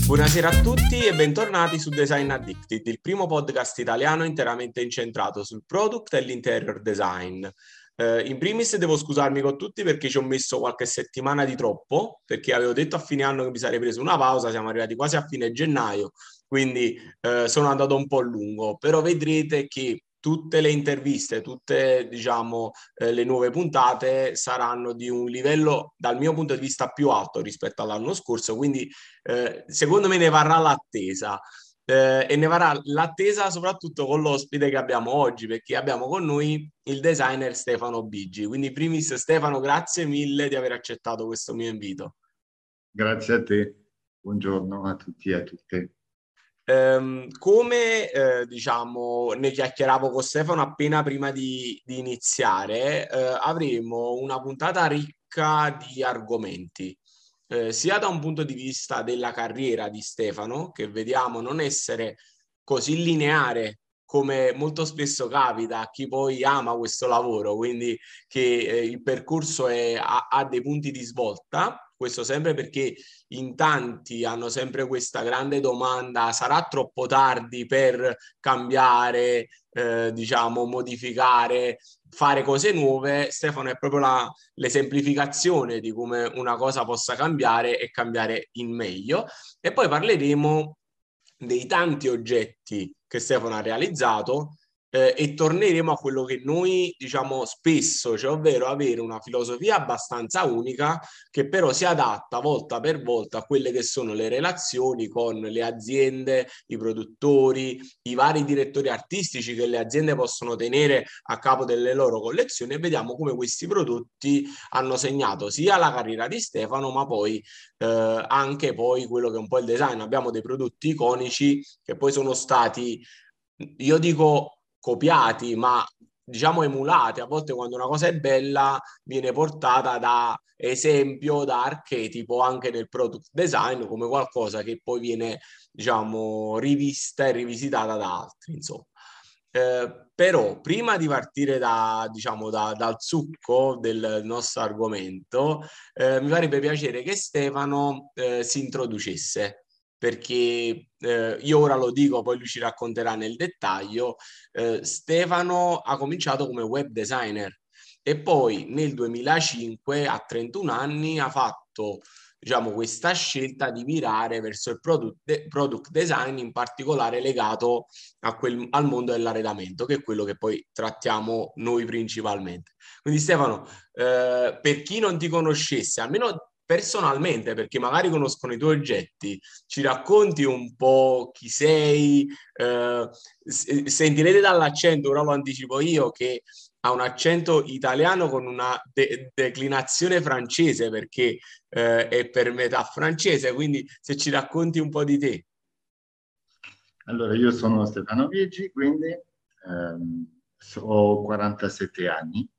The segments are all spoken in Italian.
Buonasera a tutti e bentornati su Design Addicted, il primo podcast italiano interamente incentrato sul product e l'interior design. In primis devo scusarmi con tutti perché ci ho messo qualche settimana di troppo, perché avevo detto a fine anno che mi sarei preso una pausa, siamo arrivati quasi a fine gennaio, quindi sono andato un po' lungo, però vedrete che tutte le interviste, tutte diciamo le nuove puntate saranno di un livello dal mio punto di vista più alto rispetto all'anno scorso, quindi secondo me ne varrà l'attesa. E ne varrà l'attesa soprattutto con l'ospite che abbiamo oggi, perché abbiamo con noi il designer Stefano Bigi. Quindi, primis, Stefano, grazie mille di aver accettato questo mio invito. Grazie a te, buongiorno a tutti e a tutte. Come diciamo, ne chiacchieravo con Stefano appena prima di iniziare, avremo una puntata ricca di argomenti, sia da un punto di vista della carriera di Stefano, che vediamo non essere così lineare come molto spesso capita a chi poi ama questo lavoro, quindi che il percorso ha dei punti di svolta. Questo sempre perché in tanti hanno sempre questa grande domanda: sarà troppo tardi per cambiare, diciamo, modificare, fare cose nuove? Stefano è proprio l'esemplificazione di come una cosa possa cambiare e cambiare in meglio. E poi parleremo dei tanti oggetti che Stefano ha realizzato, e torneremo a quello che noi diciamo spesso, cioè ovvero avere una filosofia abbastanza unica che però si adatta volta per volta a quelle che sono le relazioni con le aziende, i produttori, i vari direttori artistici che le aziende possono tenere a capo delle loro collezioni, e vediamo come questi prodotti hanno segnato sia la carriera di Stefano, ma poi anche poi quello che è un po' il design. Abbiamo dei prodotti iconici che poi sono stati, io dico copiati, ma diciamo emulati. A volte quando una cosa è bella viene portata da esempio, da archetipo anche nel product design come qualcosa che poi viene, diciamo, rivista e rivisitata da altri, insomma. Però prima di partire diciamo, dal succo del nostro argomento, mi farebbe piacere che Stefano si introducesse, perché io ora lo dico, poi lui ci racconterà nel dettaglio. Stefano ha cominciato come web designer e poi nel 2005, a 31 anni, ha fatto, diciamo, questa scelta di virare verso il product design, in particolare legato al mondo dell'arredamento, che è quello che poi trattiamo noi principalmente. Quindi Stefano, per chi non ti conoscesse, almeno personalmente, perché magari conoscono i tuoi oggetti, ci racconti un po' chi sei, sentirete dall'accento, ora lo anticipo io, che ha un accento italiano con una declinazione francese, perché è per metà francese, quindi se ci racconti un po' di te. Allora, io sono Stefano Vieggi, quindi ho 47 anni.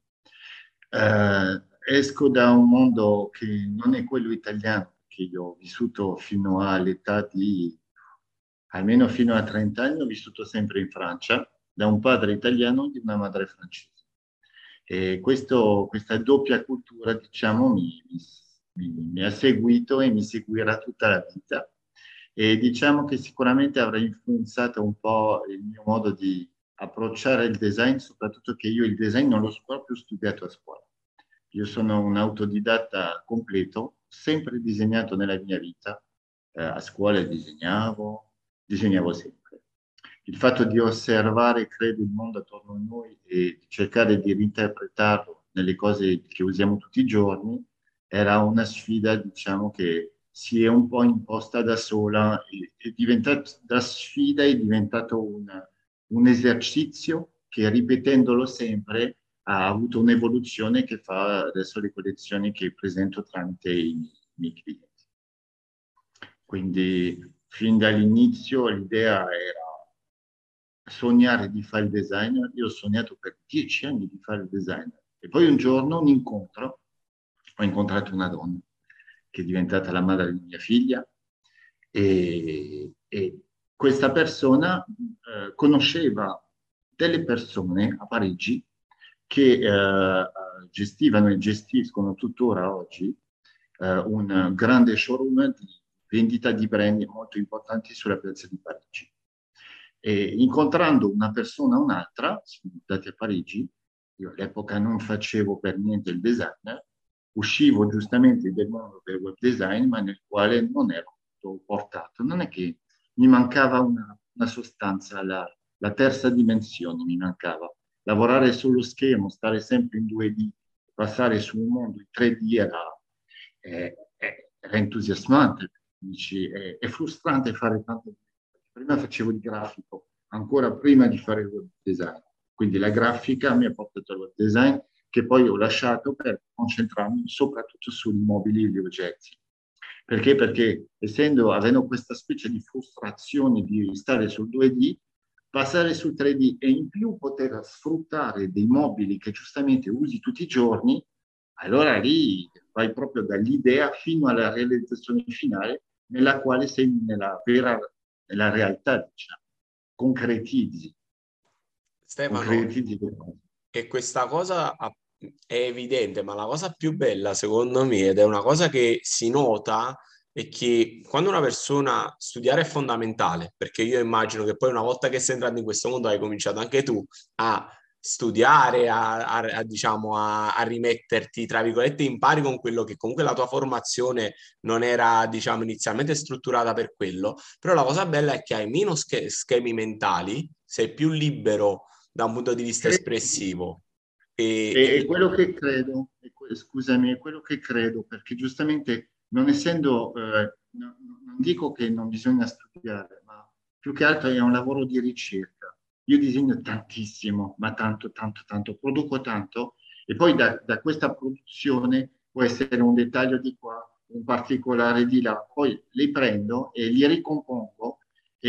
Esco da un mondo che non è quello italiano, che io ho vissuto fino all'età di, almeno fino a 30 anni, ho vissuto sempre in Francia, da un padre italiano e di una madre francese. E questa doppia cultura, diciamo, mi ha seguito e mi seguirà tutta la vita. E diciamo che sicuramente avrà influenzato un po' il mio modo di approcciare il design, soprattutto che io il design non l'ho proprio studiato a scuola. Io sono un autodidatta completo, sempre disegnato nella mia vita. A scuola disegnavo sempre. Il fatto di osservare, credo, il mondo attorno a noi e cercare di reinterpretarlo nelle cose che usiamo tutti i giorni era una sfida, diciamo, che si è un po' imposta da sola, è diventato, da sfida è diventato un esercizio che ripetendolo sempre ha avuto un'evoluzione che fa adesso le collezioni che presento tramite i miei clienti. Quindi fin dall'inizio l'idea era sognare di fare il designer. Io ho sognato per 10 anni di fare il designer. E poi un giorno, un incontro, ho incontrato una donna che è diventata la madre di mia figlia e questa persona conosceva delle persone a Parigi che gestivano e gestiscono tuttora oggi un grande showroom di vendita di brand molto importanti sulla piazza di Parigi. E incontrando una persona o un'altra, siamo andati a Parigi, io all'epoca non facevo per niente il designer, uscivo giustamente del mondo del web design, ma nel quale non ero molto portato. Non è che mi mancava una sostanza, la terza dimensione mi mancava. Lavorare sullo schermo, stare sempre in 2D, passare su un mondo in 3D era entusiasmante. Dici, è frustrante fare tante cose. Prima facevo il grafico, ancora prima di fare il web design. Quindi la grafica mi ha portato al web design, che poi ho lasciato per concentrarmi soprattutto sugli mobili e gli oggetti. Perché? Perché avendo questa specie di frustrazione di stare sul 2D, passare sul 3D e in più poter sfruttare dei mobili che giustamente usi tutti i giorni, allora lì vai proprio dall'idea fino alla realizzazione finale, nella quale sei nella realtà, diciamo, concretizzi, Stefano, concretizzi le cose. e questa cosa è evidente, ma la cosa più bella, secondo me, ed è una cosa che si nota, è che quando una persona studiare è fondamentale, perché io immagino che poi una volta che sei entrato in questo mondo hai cominciato anche tu a studiare, diciamo, a rimetterti, tra virgolette, in pari con quello che comunque la tua formazione non era, diciamo, inizialmente strutturata per quello, però la cosa bella è che hai meno schemi mentali, sei più libero da un punto di vista espressivo. È quello che credo, scusami, è quello che credo, perché giustamente non essendo, non dico che non bisogna studiare, ma più che altro è un lavoro di ricerca. Io disegno tantissimo, ma tanto, tanto, tanto, produco tanto e poi da questa produzione può essere un dettaglio di qua, un particolare di là, poi li prendo e li ricompongo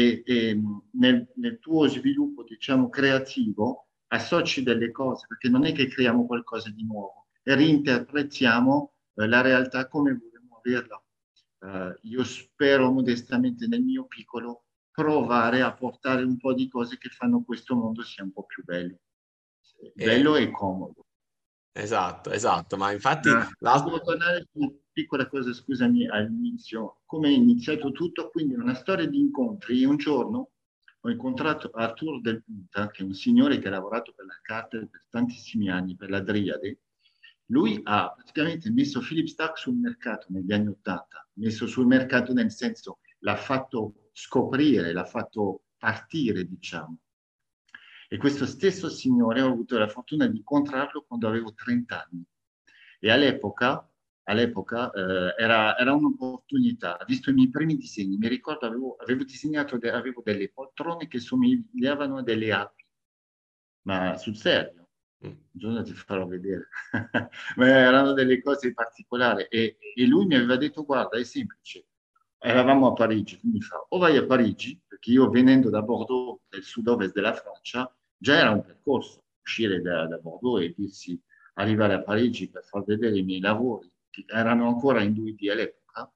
nel tuo sviluppo, diciamo, creativo associ delle cose, perché non è che creiamo qualcosa di nuovo, e reinterpretiamo la realtà come vogliamo averla. Io spero modestamente nel mio piccolo provare a portare un po' di cose che fanno questo mondo sia un po' più bello, e- bello e comodo. esatto, esatto, ma infatti Devo tornare su una piccola cosa, scusami, all'inizio. Come è iniziato tutto? Quindi una storia di incontri. Un giorno ho incontrato Arturo Del Punta, che è un signore che ha lavorato per la Carter per tantissimi anni, per la Driade. Lui ha praticamente messo Philip Stark sul mercato negli anni Ottanta, messo sul mercato nel senso l'ha fatto scoprire, l'ha fatto partire, diciamo. E questo stesso signore ho avuto la fortuna di incontrarlo quando avevo 30 anni. E all'epoca era un'opportunità. Visto i miei primi disegni, mi ricordo avevo disegnato, avevo delle poltrone che somigliavano a delle api, ma sul serio. Mm. Un giorno ti farò vedere. Ma erano delle cose particolari. E lui mi aveva detto, guarda, è semplice. Eravamo a Parigi, quindi fa, o vai a Parigi, perché io venendo da Bordeaux, del sud-ovest della Francia, già era un percorso, uscire da Bordeaux e dirsi, arrivare a Parigi per far vedere i miei lavori, che erano ancora in 2D all'epoca,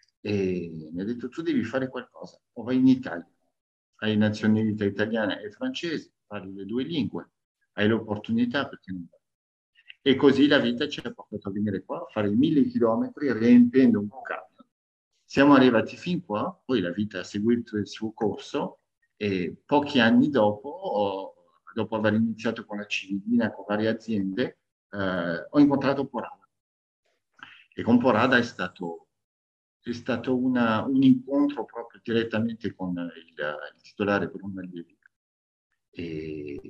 e mi ha detto, tu devi fare qualcosa, o vai in Italia, hai nazionalità italiana e francese, parli le due lingue, hai l'opportunità perché non vai. E così la vita ci ha portato a venire qua, a fare 1000 chilometri riempiendo un camion. Siamo arrivati fin qua, poi la vita ha seguito il suo corso e pochi anni dopo, dopo aver iniziato con la Cividina, con varie aziende, ho incontrato Porada. E con Porada è stato un incontro proprio direttamente con il titolare Bruno Allievi. E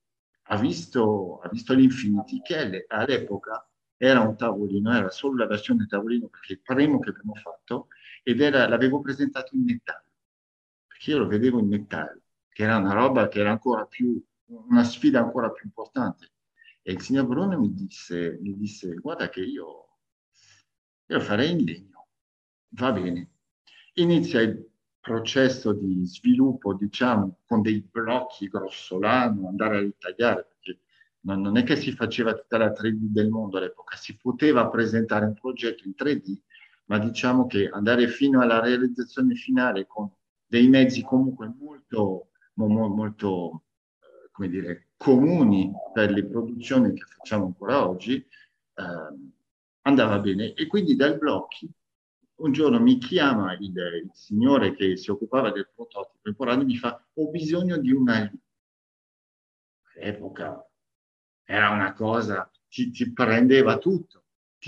ha visto l'Infinity, che all'epoca era un tavolino, era solo la versione tavolino perché il primo che abbiamo fatto, l'avevo presentato in metallo, perché io lo vedevo in metallo, che era una roba che era una sfida ancora più importante. E il signor Bruno mi disse, guarda che io lo farei in legno, va bene. Inizia il processo di sviluppo, diciamo, con dei blocchi grossolano, andare a ritagliare, perché non è che si faceva tutta la 3D del mondo all'epoca, si poteva presentare un progetto in 3D, ma diciamo che andare fino alla realizzazione finale con dei mezzi comunque molto, molto come dire, comuni per le produzioni che facciamo ancora oggi, andava bene. E quindi dai blocchi un giorno mi chiama il signore che si occupava del prototipo temporaneo e mi fa: ho bisogno di una linea. All'epoca era una cosa, ti prendeva tutto,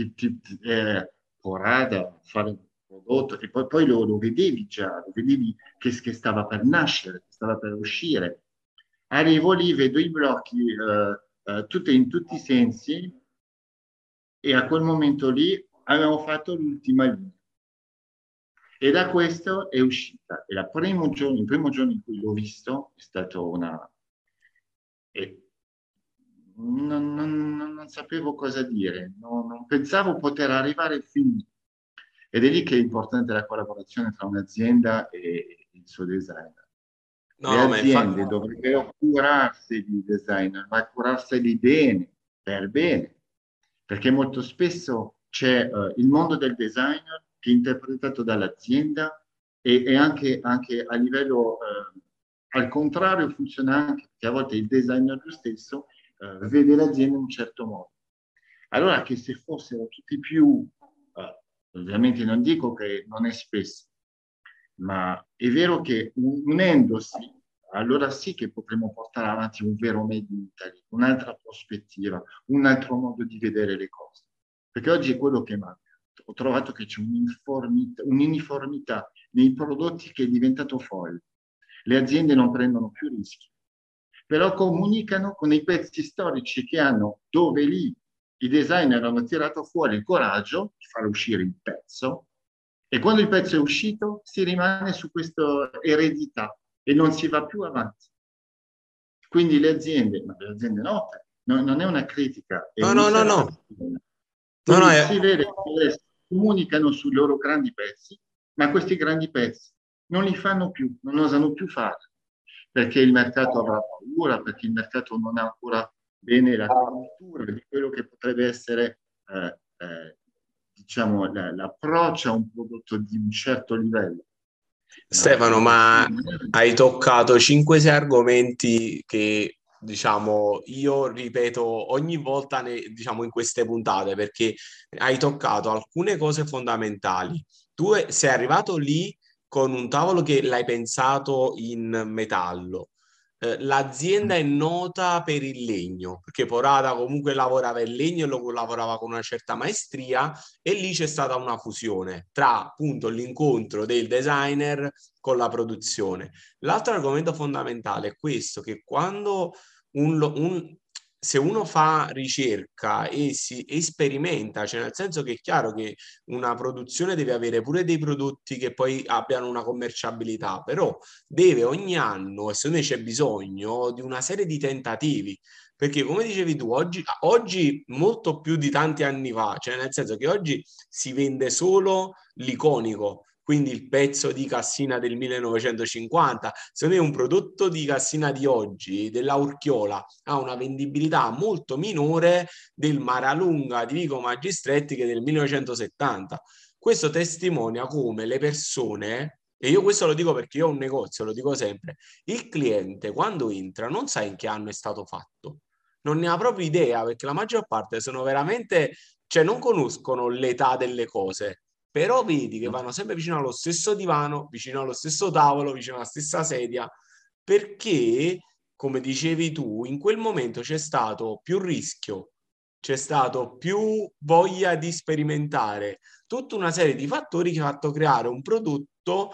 porata, fare un prodotto, e poi lo vedevi già, lo vedevi che stava per nascere, che stava per uscire. Arrivo lì, vedo i blocchi in tutti i sensi, e a quel momento lì avevamo fatto l'ultima linea. E da questo è uscita. E il primo giorno in cui l'ho visto è stato una... e non sapevo cosa dire, non pensavo poter arrivare fin lì. Ed è lì che è importante la collaborazione tra un'azienda e il suo designer. No, Le no, ma infatti... aziende dovrebbero curarsi di designer, ma curarseli bene, per bene, perché molto spesso c'è il mondo del designer che è interpretato dall'azienda e anche a livello, al contrario, funziona anche, perché a volte il designer lui stesso vede l'azienda in un certo modo. Allora che se fossero tutti più, ovviamente non dico che non è spesso, ma è vero che unendosi, allora sì che potremo portare avanti un vero Made in Italy, un'altra prospettiva, un altro modo di vedere le cose. Perché oggi è quello che manca. Ho trovato che c'è un'uniformità nei prodotti che è diventato folle. Le aziende non prendono più rischi, però comunicano con i pezzi storici che hanno, dove lì i designer hanno tirato fuori il coraggio di far uscire il pezzo, e quando il pezzo è uscito si rimane su questa eredità e non si va più avanti. Quindi ma le aziende no, non è una critica, è No, no, no, no. un'osservazione. No, no, Quindi si vede che adesso comunicano sui loro grandi pezzi, ma questi grandi pezzi non li fanno più, non osano più farli, perché il mercato avrà paura, perché il mercato non ha ancora bene la cultura di quello che potrebbe essere, diciamo, l'approccio a un prodotto di un certo livello. Ma Stefano, sì, ma hai toccato 5-6 argomenti che, diciamo, io ripeto ogni volta, diciamo, in queste puntate, perché hai toccato alcune cose fondamentali. Sei arrivato lì con un tavolo che l'hai pensato in metallo. L'azienda è nota per il legno, perché Porata comunque lavorava il legno e lo lavorava con una certa maestria, e lì c'è stata una fusione tra appunto l'incontro del designer con la produzione. L'altro argomento fondamentale è questo, che quando se uno fa ricerca e sperimenta, cioè nel senso che è chiaro che una produzione deve avere pure dei prodotti che poi abbiano una commerciabilità, però deve ogni anno, e secondo me c'è bisogno di una serie di tentativi, perché come dicevi tu, oggi molto più di tanti anni fa, cioè nel senso che oggi si vende solo l'iconico, quindi il pezzo di Cassina del 1950. Secondo me un prodotto di Cassina di oggi, della Urchiola, ha una vendibilità molto minore del Maralunga di Vico Magistretti che è del 1970. Questo testimonia come le persone, e io questo lo dico perché io ho un negozio, lo dico sempre, il cliente quando entra non sa in che anno è stato fatto, non ne ha proprio idea, perché la maggior parte sono veramente, cioè non conoscono l'età delle cose, però vedi che no? vanno sempre vicino allo stesso divano, vicino allo stesso tavolo, vicino alla stessa sedia, perché, come dicevi tu, in quel momento c'è stato più rischio, c'è stato più voglia di sperimentare, tutta una serie di fattori che ha fatto creare un prodotto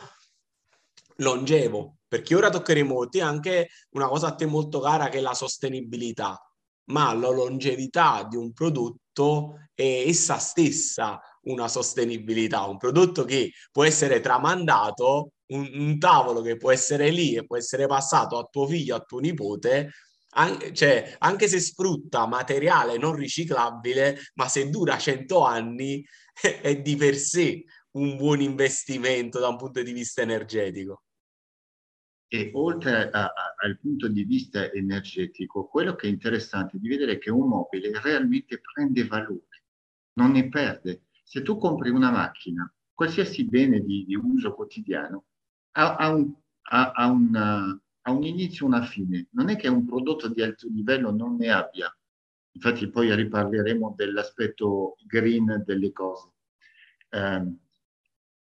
longevo, perché ora toccheremo te anche una cosa a te molto cara che è la sostenibilità, ma la longevità di un prodotto è essa stessa una sostenibilità, un prodotto che può essere tramandato, un tavolo che può essere lì e può essere passato a tuo figlio, a tuo nipote, cioè, anche se sfrutta materiale non riciclabile, ma se dura 100 anni è di per sé un buon investimento da un punto di vista energetico. E oltre al punto di vista energetico, quello che è interessante è di vedere che un mobile realmente prende valore, non ne perde. Se tu compri una macchina, qualsiasi bene di uso quotidiano, ha un inizio e una fine. Non è che un prodotto di alto livello non ne abbia. Infatti poi riparleremo dell'aspetto green delle cose. Ehm,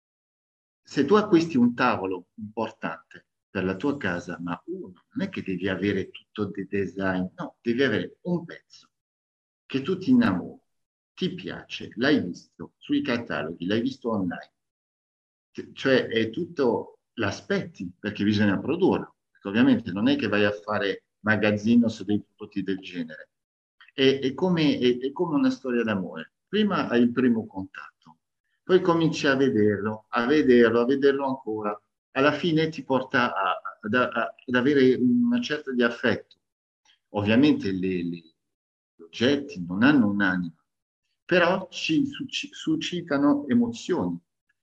se tu acquisti un tavolo importante per la tua casa, ma uno, non è che devi avere tutto di design, no, devi avere un pezzo che tu ti innamori, ti piace, l'hai visto sui cataloghi, l'hai visto online, cioè è tutto l'aspetti perché bisogna produrlo, perché ovviamente non è che vai a fare magazzino su dei prodotti del genere, è come una storia d'amore. Prima hai il primo contatto, poi cominci a vederlo, a vederlo, a vederlo ancora. Alla fine ti porta ad avere una certa di affetto. Ovviamente gli oggetti non hanno un'anima, però suscitano emozioni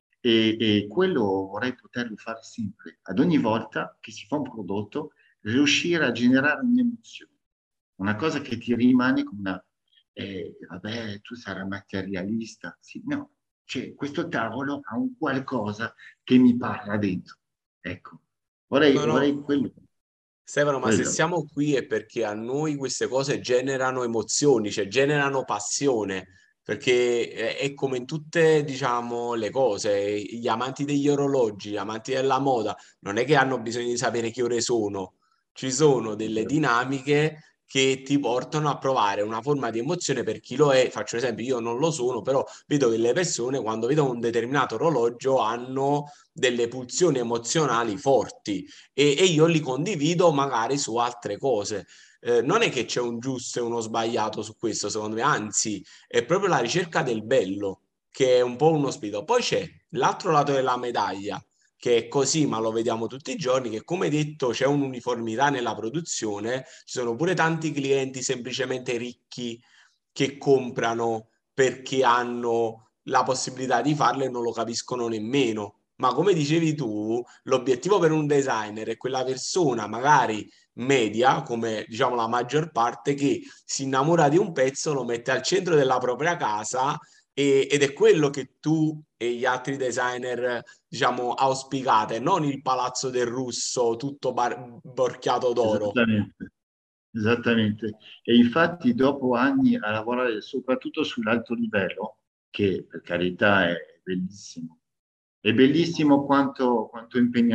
e quello vorrei poterlo fare sempre. Ad ogni volta che si fa un prodotto, riuscire a generare un'emozione, una cosa che ti rimane come una vabbè, tu sarai materialista. Sì, no, cioè, questo tavolo ha un qualcosa che mi parla dentro. Ecco, No, vorrei no. quello. Stefano, ma se quello. siamo qui è perché a noi queste cose generano emozioni, cioè generano passione, perché è come in tutte, diciamo, le cose. Gli amanti degli orologi, gli amanti della moda, non è che hanno bisogno di sapere che ore sono. Ci sono delle dinamiche che ti portano a provare una forma di emozione per chi lo è. Faccio un esempio, io non lo sono, però vedo che le persone quando vedono un determinato orologio hanno delle pulsioni emozionali forti e io li condivido magari su altre cose. Non è che c'è un giusto e uno sbagliato su questo, secondo me, anzi, è proprio la ricerca del bello, che è un po' uno spirito. Poi c'è l'altro lato della medaglia, che è così, ma lo vediamo tutti i giorni, che come detto c'è un'uniformità nella produzione, ci sono pure tanti clienti semplicemente ricchi che comprano perché hanno la possibilità di farlo e non lo capiscono nemmeno. Ma come dicevi tu, l'obiettivo per un designer è quella persona magari media, come diciamo la maggior parte, che si innamora di un pezzo, lo mette al centro della propria casa ed è quello che tu e gli altri designer, diciamo, auspicate, non il palazzo del russo tutto borchiato d'oro. Esattamente, esattamente. E infatti dopo anni a lavorare soprattutto sull'alto livello, che per carità è bellissimo quanto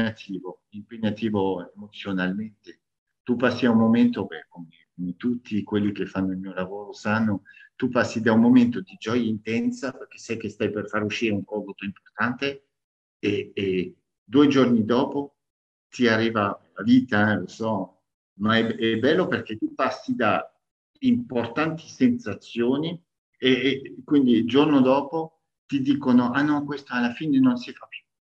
impegnativo emozionalmente. Tu passi a un momento, beh, come tutti quelli che fanno il mio lavoro sanno, tu passi da un momento di gioia intensa perché sai che stai per far uscire un prodotto importante e 2 giorni dopo ti arriva la vita, lo so, ma è bello perché tu passi da importanti sensazioni e quindi il giorno dopo ti dicono, ah no, questo alla fine non si fa più.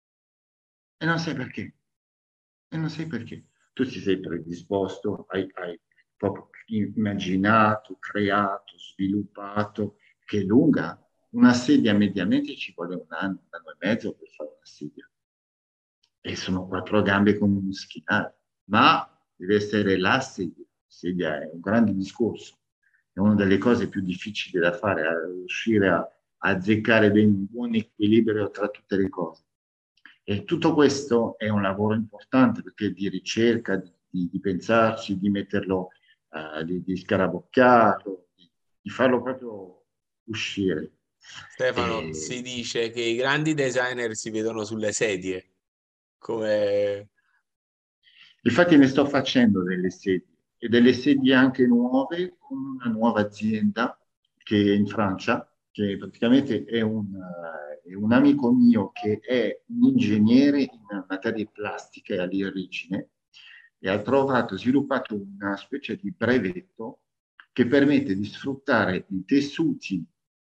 E non sai perché. E non sai perché. Tu ti sei predisposto, hai proprio immaginato, creato, sviluppato, che è lunga. Una sedia mediamente ci vuole un anno e mezzo per fare una sedia. E sono 4 gambe con uno schienale. Ma deve essere la sedia. La sedia è un grande discorso. È una delle cose più difficili da fare, riuscire a azzeccare ben un buon equilibrio tra tutte le cose. E tutto questo è un lavoro importante perché di ricerca, di pensarci, di metterlo, di scarabocchiarlo, di farlo proprio uscire. Stefano, E si dice che i grandi designer si vedono sulle sedie, come... infatti ne sto facendo delle sedie e delle sedie anche nuove con una nuova azienda che è in Francia, che praticamente è un amico mio che è un ingegnere in materie plastiche all'origine e ha sviluppato una specie di brevetto che permette di sfruttare i tessuti,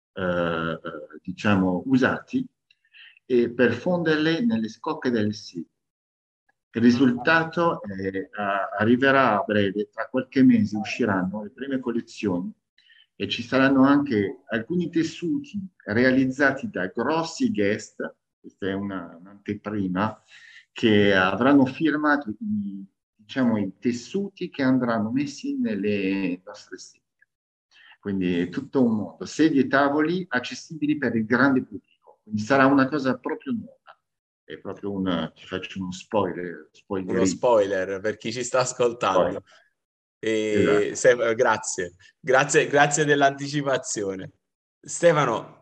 diciamo, usati e per fonderle nelle scocche delle sedie. Il risultato arriverà a breve, tra qualche mese usciranno le prime collezioni e ci saranno anche alcuni tessuti realizzati da grossi guest, questa è un'anteprima, che avranno firmato diciamo, i tessuti che andranno messi nelle nostre sedie. Quindi è tutto un mondo, sedie e tavoli accessibili per il grande pubblico, quindi sarà una cosa proprio nuova. È proprio ti faccio uno spoiler, uno spoilerino. spoiler per chi ci sta ascoltando. Spoiler. Esatto. Grazie, grazie dell'anticipazione. Stefano,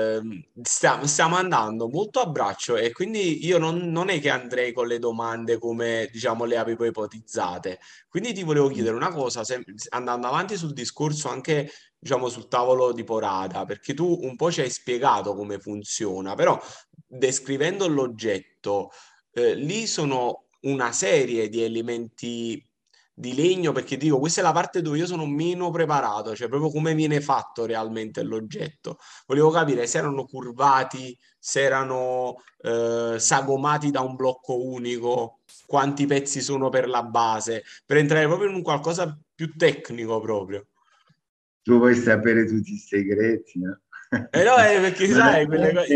stiamo andando molto a braccio e quindi io non è che andrei con le domande come diciamo le avevo ipotizzate. Quindi ti volevo chiedere una cosa, andando avanti sul discorso anche diciamo sul tavolo di Porata, perché tu un po' ci hai spiegato come funziona, però descrivendo l'oggetto, lì sono una serie di elementi di legno, perché dico, questa è la parte dove io sono meno preparato, cioè proprio come viene fatto realmente l'oggetto. Volevo capire se erano curvati, se erano sagomati da un blocco unico, quanti pezzi sono per la base, per entrare proprio in un qualcosa più tecnico proprio. Tu vuoi sapere tutti i segreti, no? E no, perché Ma sai, quelle cose... realmente,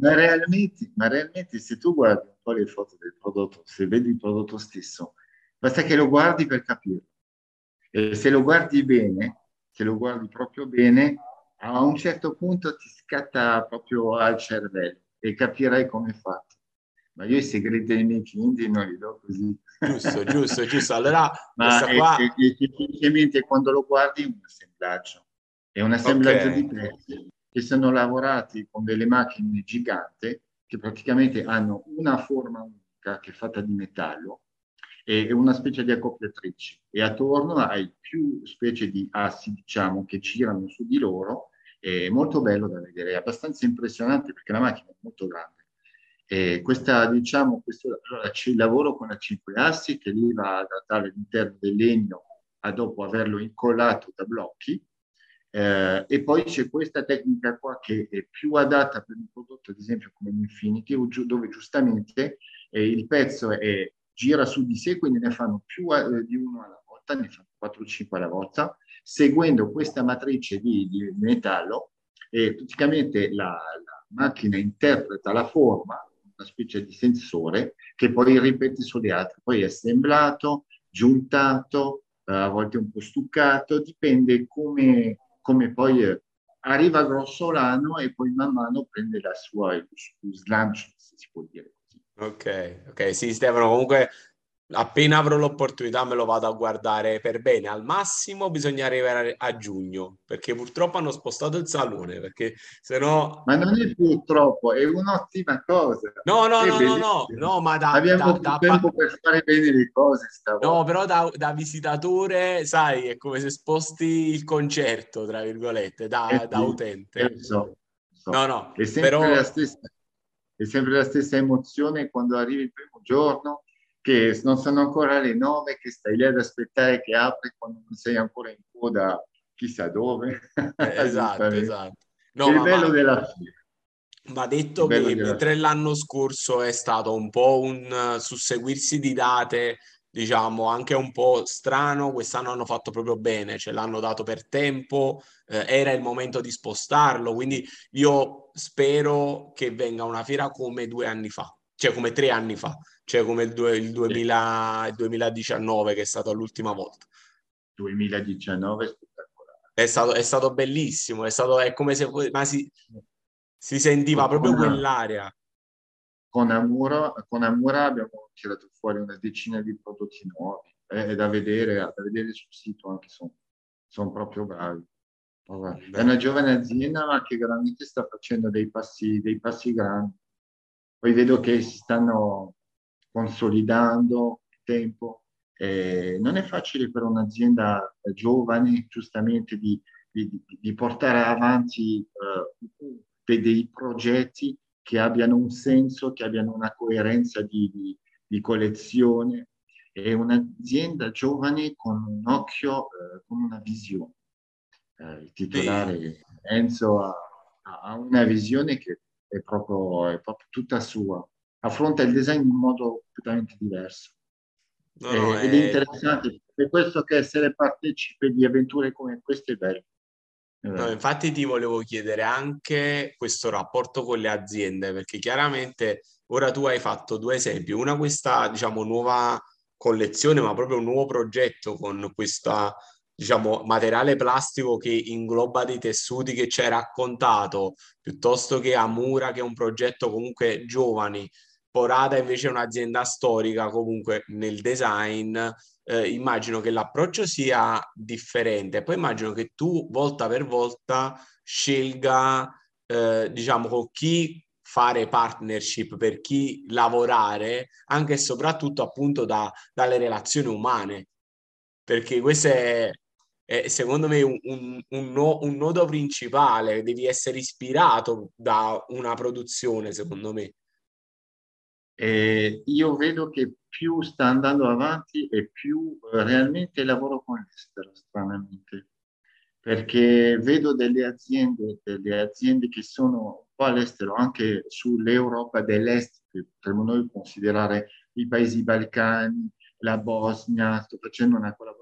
ma realmente se tu guardi un po' le foto del prodotto, se vedi il prodotto stesso, basta che lo guardi per capirlo. E se lo guardi bene, se lo guardi proprio bene, a un certo punto ti scatta proprio al cervello e capirai come è fatto. Ma io i segreti dei miei clienti non li do così. Giusto, giusto, giusto. Allora, Ma questa qua... semplicemente quando lo guardi è un Ok, assemblaggio di pezzi che sono lavorati con delle macchine giganti che praticamente hanno una forma unica che è fatta di metallo e una specie di accoppiatrici e attorno hai più specie di assi, diciamo, che girano su di loro. È molto bello da vedere, è abbastanza impressionante perché la macchina è molto grande. E questa, diciamo, allora, c'è il lavoro con la 5 assi che lì va ad adattare all'interno del legno a dopo averlo incollato da blocchi. E poi c'è questa tecnica qua che è più adatta per un prodotto, ad esempio come l'Infinity, dove giustamente il pezzo gira su di sé, quindi ne fanno più di uno alla volta, ne fanno 4-5 alla volta, seguendo questa matrice di metallo e praticamente la macchina interpreta la forma, una specie di sensore che poi ripete sulle altre, poi è assemblato, giuntato, a volte un po' stuccato, dipende come poi arriva grossolano e poi man mano prende il suo slancio, se si può dire così. ok, ok. Sì, Stefano, comunque appena avrò l'opportunità me lo vado a guardare per bene. Al massimo bisogna arrivare a giugno, perché purtroppo hanno spostato il salone, perché se no... Ma non è purtroppo, è un'ottima cosa, No, no, è no, no, no, bellissimo. no, ma Abbiamo più tempo per fare bene le cose no, stavolta. però da visitatore, sai, è come se sposti il concerto, tra virgolette, da Sì, utente. lo No, so. no, È sempre la però stessa, è sempre la stessa emozione quando arrivi il primo giorno, che non sono ancora le 9, che stai lì ad aspettare che apri quando non sei ancora in coda chissà dove. esatto, Giustamente. esatto. No, Il bello della fiera, va il detto bello che della mentre fiera. l'anno scorso è stato un po' un susseguirsi di date, diciamo, anche un po' strano, quest'anno hanno fatto proprio bene, ce l'hanno dato per tempo, era il momento di spostarlo, quindi io spero che venga una fiera come 2 anni fa, cioè come 3 anni fa, cioè come il Sì, 2019 che è stata l'ultima volta. 2019 spettacolare. È stato bellissimo, è come se ma si sentiva proprio Con, quell'area. con Amura abbiamo tirato fuori una decina di prodotti nuovi. È da vedere sul sito anche sono proprio bravi. È Beh, una giovane azienda ma che veramente sta facendo dei passi grandi. Poi vedo che si stanno consolidando il tempo. Non è facile per un'azienda giovane, giustamente, di portare avanti dei progetti che abbiano un senso, che abbiano una coerenza di collezione. È un'azienda giovane con un occhio, con una visione. Il sì, titolare Enzo ha una visione che è proprio tutta sua. Affronta il design in un modo completamente diverso. no, no, Ed è interessante, per questo che essere partecipe di avventure come queste è bello. È no, bello. infatti ti volevo chiedere anche questo rapporto con le aziende, perché chiaramente ora tu hai fatto due esempi, una questa, diciamo, nuova collezione, ma proprio un nuovo progetto con questa, diciamo, materiale plastico che ingloba dei tessuti che ci hai raccontato, piuttosto che Amura, che è un progetto comunque giovani. Porata invece è un'azienda storica comunque nel design, immagino che l'approccio sia differente. Poi immagino che tu volta per volta scelga, diciamo, con chi fare partnership, per chi lavorare, anche e soprattutto appunto dalle relazioni umane, perché questo è secondo me un nodo principale, devi essere ispirato da una produzione, secondo me. E io vedo che più sta andando avanti e più realmente lavoro con l'estero, stranamente, perché vedo delle aziende che sono un po' all'estero, anche sull'Europa dell'Est, che potremmo noi considerare i paesi Balcani, la Bosnia. Sto facendo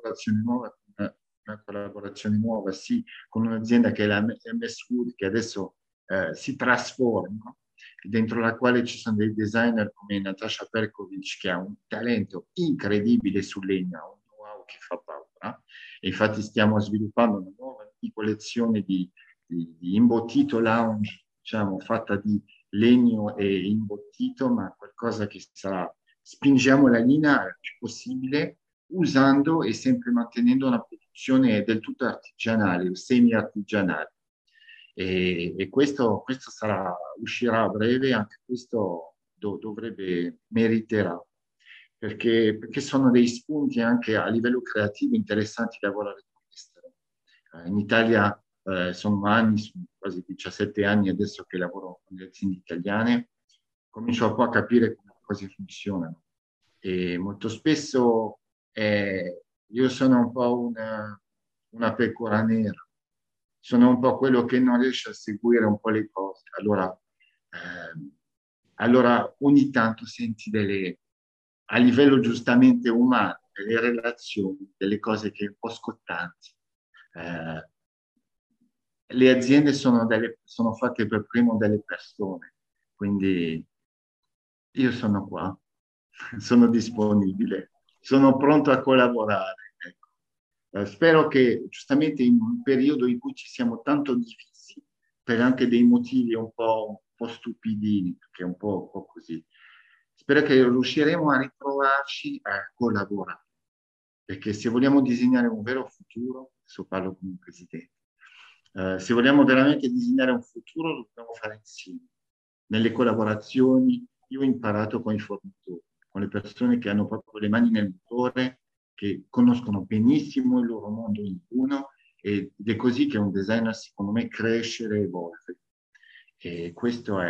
una collaborazione nuova, sì, con un'azienda che è la MS Food, che adesso si trasforma, dentro la quale ci sono dei designer come Natasha Perkovic, che ha un talento incredibile sul legno, un know-how che fa paura. E infatti stiamo sviluppando una nuova collezione di imbottito lounge, diciamo, fatta di legno e imbottito, ma qualcosa che sarà, spingiamo la linea il più possibile, usando e sempre mantenendo una produzione del tutto artigianale, semi-artigianale. E questo uscirà a breve, anche questo meriterà, perché sono dei spunti anche a livello creativo interessanti da lavorare con l'estero. In Italia sono anni, sono quasi 17 anni adesso che lavoro con le aziende italiane, comincio un po' a capire come le cose funzionano. E molto spesso io sono un po' una pecora nera, sono un po' quello che non riesce a seguire un po' le cose. Allora ogni tanto senti a livello giustamente umano, delle relazioni, delle cose che un po' scottanti. Eh, le aziende sono fatte per primo dalle persone, quindi io sono qua, sono disponibile, sono pronto a collaborare. Ecco. Spero che giustamente in un periodo in cui ci siamo tanto divisi, per anche dei motivi un po' stupidini, perché è un po' così, spero che riusciremo a ritrovarci a collaborare, perché se vogliamo disegnare un vero futuro, adesso parlo come presidente, se vogliamo veramente disegnare un futuro, lo dobbiamo fare insieme, nelle collaborazioni. Io ho imparato con i fornitori, con le persone che hanno proprio le mani nel motore, che conoscono benissimo il loro mondo in uno, ed è così che un designer, secondo me, cresce e evolve. E questo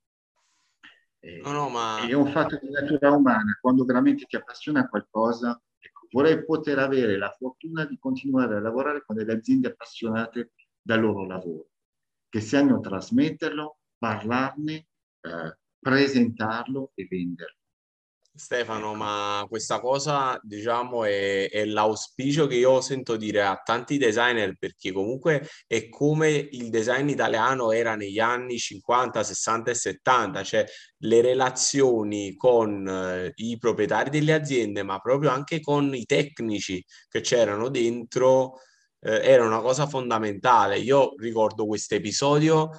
No, no, è un fatto di natura umana. Quando veramente ti appassiona qualcosa, ecco, vorrei poter avere la fortuna di continuare a lavorare con delle aziende appassionate dal loro lavoro, che sanno trasmetterlo, parlarne, presentarlo e venderlo. Stefano, Ecco. ma questa cosa, diciamo, è l'auspicio che io sento dire a tanti designer, perché comunque è come il design italiano era negli anni 50, 60 e 70, cioè le relazioni con i proprietari delle aziende, ma proprio anche con i tecnici che c'erano dentro, era una cosa fondamentale. Io ricordo questo episodio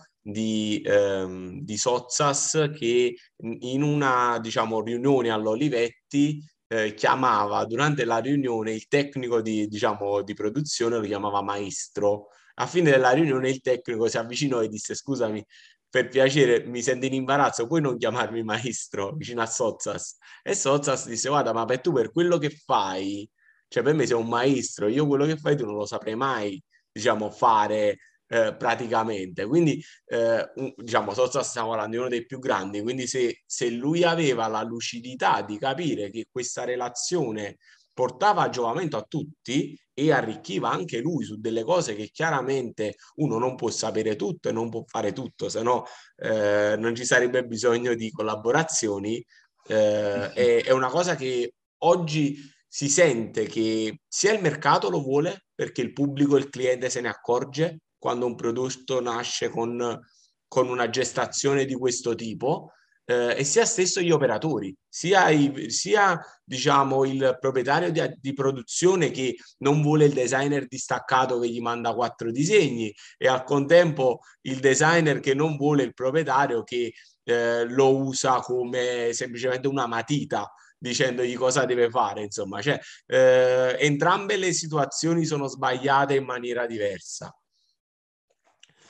di Sozzas che in una, diciamo, riunione all'Olivetti chiamava durante la riunione il tecnico diciamo, di produzione, lo chiamava maestro. A fine della riunione il tecnico si avvicinò e disse: scusami, per piacere, mi sento in imbarazzo, puoi non chiamarmi maestro vicino a Sozzas? E Sozzas disse: guarda, ma per tu per quello che fai, cioè per me sei un maestro, io quello che fai tu non lo saprei mai, diciamo, fare praticamente. Quindi diciamo, Sosa stiamo parlando di uno dei più grandi, quindi se lui aveva la lucidità di capire che questa relazione portava giovamento a tutti e arricchiva anche lui su delle cose che chiaramente uno non può sapere tutto e non può fare tutto, se no non ci sarebbe bisogno di collaborazioni. È una cosa che oggi si sente che sia il mercato lo vuole perché il pubblico e il cliente se ne accorge quando un prodotto nasce con una gestazione di questo tipo, e sia stesso gli operatori, sia diciamo il proprietario di produzione che non vuole il designer distaccato che gli manda quattro disegni e al contempo il designer che non vuole il proprietario che lo usa come semplicemente una matita dicendogli cosa deve fare, insomma, cioè, entrambe le situazioni sono sbagliate in maniera diversa.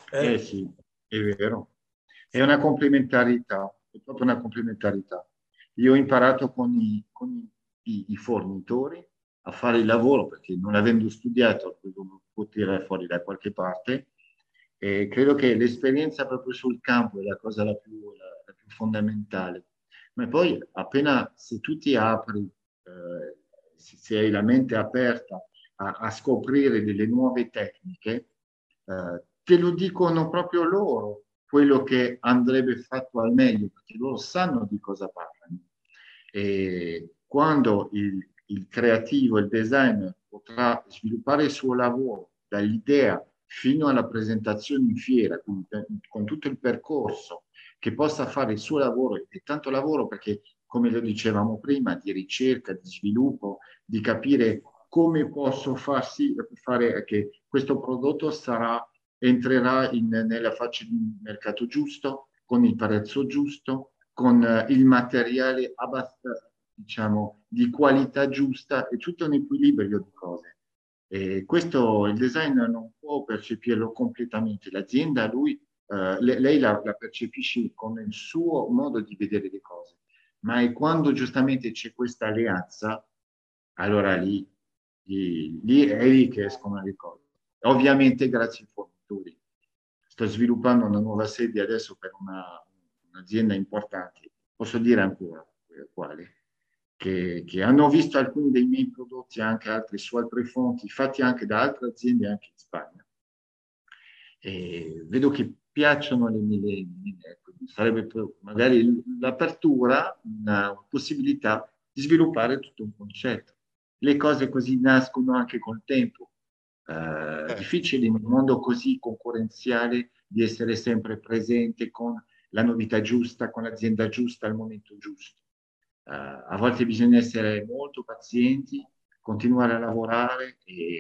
Eh Eh, sì, è vero. È una complementarità, è proprio una complementarità. Io ho imparato i fornitori a fare il lavoro perché non avendo studiato lo tirare fuori da qualche parte e credo che l'esperienza proprio sul campo è la cosa la più fondamentale. Ma poi appena se tu ti apri, se hai la mente aperta a scoprire delle nuove tecniche, te lo dicono proprio loro quello che andrebbe fatto al meglio, perché loro sanno di cosa parlano. E quando il creativo, il designer potrà sviluppare il suo lavoro dall'idea fino alla presentazione in fiera, con tutto il percorso, che possa fare il suo lavoro, e tanto lavoro perché, come lo dicevamo prima, di ricerca, di sviluppo, di capire come posso fare che questo prodotto entrerà nella faccia di un mercato giusto, con il prezzo giusto, con il materiale abbastanza, diciamo, di qualità giusta, è tutto un equilibrio di cose. E questo il designer non può percepirlo completamente. L'azienda, lei la percepisce come il suo modo di vedere le cose, ma è quando giustamente c'è questa alleanza, allora lì è lì che escono le cose. Ovviamente grazie ai fornitori. Sto sviluppando una nuova sede adesso per un'azienda importante, posso dire ancora quale, che hanno visto alcuni dei miei prodotti anche altri su altre fonti, fatti anche da altre aziende anche in Spagna. E vedo che piacciono quindi sarebbe magari l'apertura, una possibilità di sviluppare tutto un concetto. Le cose così nascono anche col tempo. certo. Difficile in un mondo così concorrenziale di essere sempre presente con la novità giusta, con l'azienda giusta al momento giusto. A volte bisogna essere molto pazienti, continuare a lavorare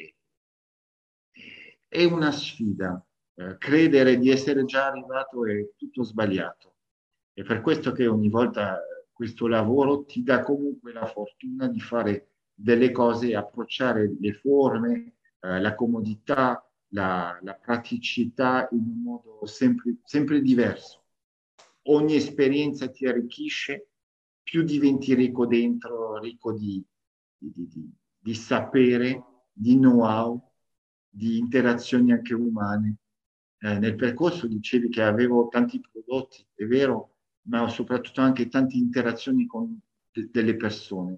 è una sfida. Credere di essere già arrivato è tutto sbagliato. È per questo che ogni volta questo lavoro ti dà comunque la fortuna di fare delle cose, approcciare le forme, la comodità, la praticità in un modo sempre diverso. Ogni esperienza ti arricchisce, più diventi ricco dentro, ricco di sapere, di know-how, di interazioni anche umane. Nel percorso dicevi che avevo tanti prodotti, è vero, ma ho soprattutto anche tante interazioni con delle persone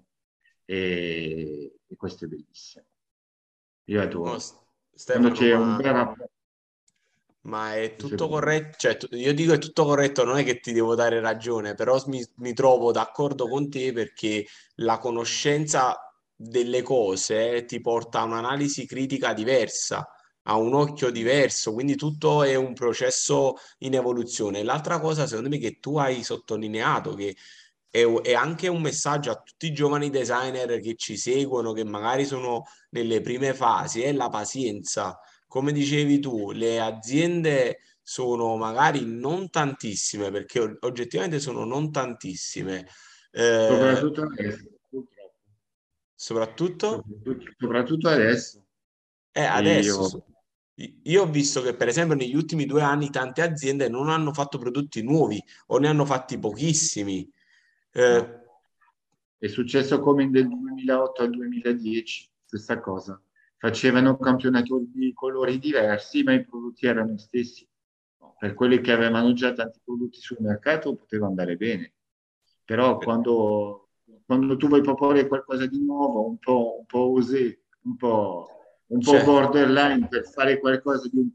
e questo è bellissimo. Io No, adoro. Quando Stefano, c'è un bel rapporto, ma è questo è tutto bello. corretto, cioè io dico è tutto corretto, non è che ti devo dare ragione, però mi trovo d'accordo con te perché la conoscenza delle cose ti porta a un'analisi critica diversa, a un occhio diverso, quindi tutto è un processo in evoluzione. L'altra cosa, secondo me, che tu hai sottolineato, che è anche un messaggio a tutti i giovani designer che ci seguono, che magari sono nelle prime fasi, è la pazienza. Come dicevi tu, le aziende sono magari non tantissime, perché oggettivamente sono non tantissime, eh, Soprattutto adesso, purtroppo. soprattutto Soprattutto adesso. E adesso. io, Io ho visto che per esempio negli ultimi 2 anni tante aziende non hanno fatto prodotti nuovi o ne hanno fatti pochissimi. no. Eh, È successo come nel 2008 al 2010, stessa cosa. Facevano campionati di colori diversi, ma i prodotti erano gli stessi. No, per quelli che avevano già tanti prodotti sul mercato poteva andare bene. Però quando tu vuoi proporre qualcosa di nuovo, un po' osé, un po' cioè, borderline per fare qualcosa di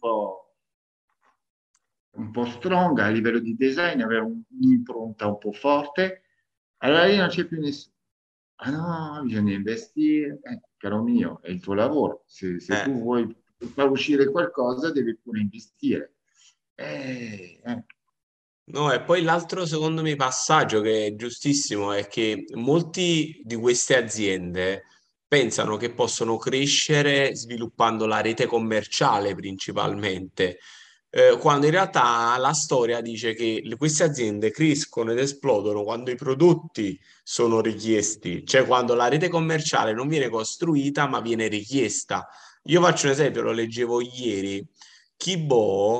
un po' strong a livello di design, avere un'impronta un po' forte, allora lì non c'è più nessuno. Ah no, bisogna investire. Caro mio, è il tuo lavoro. Se eh. tu vuoi far uscire qualcosa, devi pure investire. Eh. No, e poi l'altro secondo me passaggio che è giustissimo è che molti di queste aziende pensano che possono crescere sviluppando la rete commerciale principalmente, quando in realtà la storia dice che queste aziende crescono ed esplodono quando i prodotti sono richiesti, cioè quando la rete commerciale non viene costruita ma viene richiesta. Io faccio un esempio, lo leggevo ieri. Kibo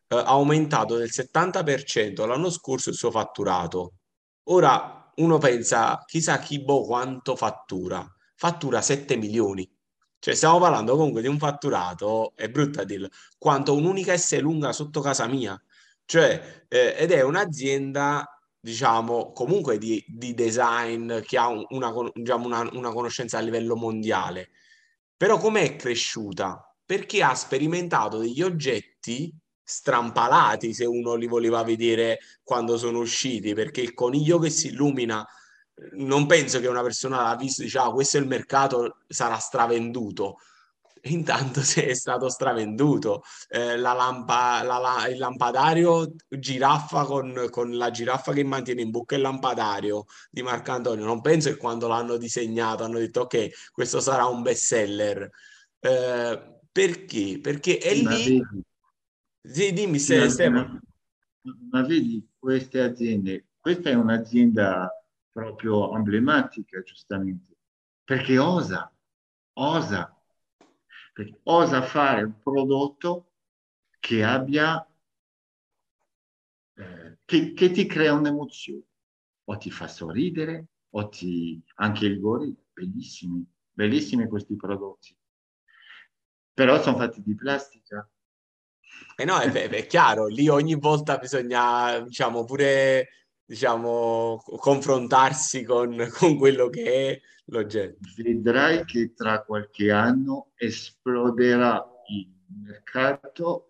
ha aumentato del 70% l'anno scorso il suo fatturato. Ora uno pensa, chissà chi boh quanto fattura. Fattura 7 milioni. Cioè stiamo parlando comunque di un fatturato, è brutto a dirlo, quanto un'unica S lunga sotto casa mia. Cioè, ed è un'azienda, diciamo, comunque di design che ha diciamo, una conoscenza a livello mondiale. Però com'è cresciuta? Perché ha sperimentato degli oggetti strampalati, se uno li voleva vedere quando sono usciti, perché il coniglio che si illumina, non penso che una persona l'ha visto e dice, ah, questo è il mercato, sarà stravenduto. E intanto se è stato stravenduto. Il lampadario giraffa con la giraffa che mantiene in bocca il lampadario di Marcantonio. Non penso che quando l'hanno disegnato hanno detto ok, questo sarà un best seller. Perché? Perché è Sì, ma lì. vedi, Sì, dimmi sì, Stefano. ma vedi queste aziende, questa è un'azienda proprio emblematica, giustamente, perché osa, perché osa fare un prodotto che abbia, che ti crea un'emozione, o ti fa sorridere, anche il gore, bellissimi, bellissimi questi prodotti, però sono fatti di plastica. E no, è chiaro, lì ogni volta bisogna, diciamo, pure, diciamo, confrontarsi con quello che è l'oggetto. Vedrai che tra qualche anno esploderà il mercato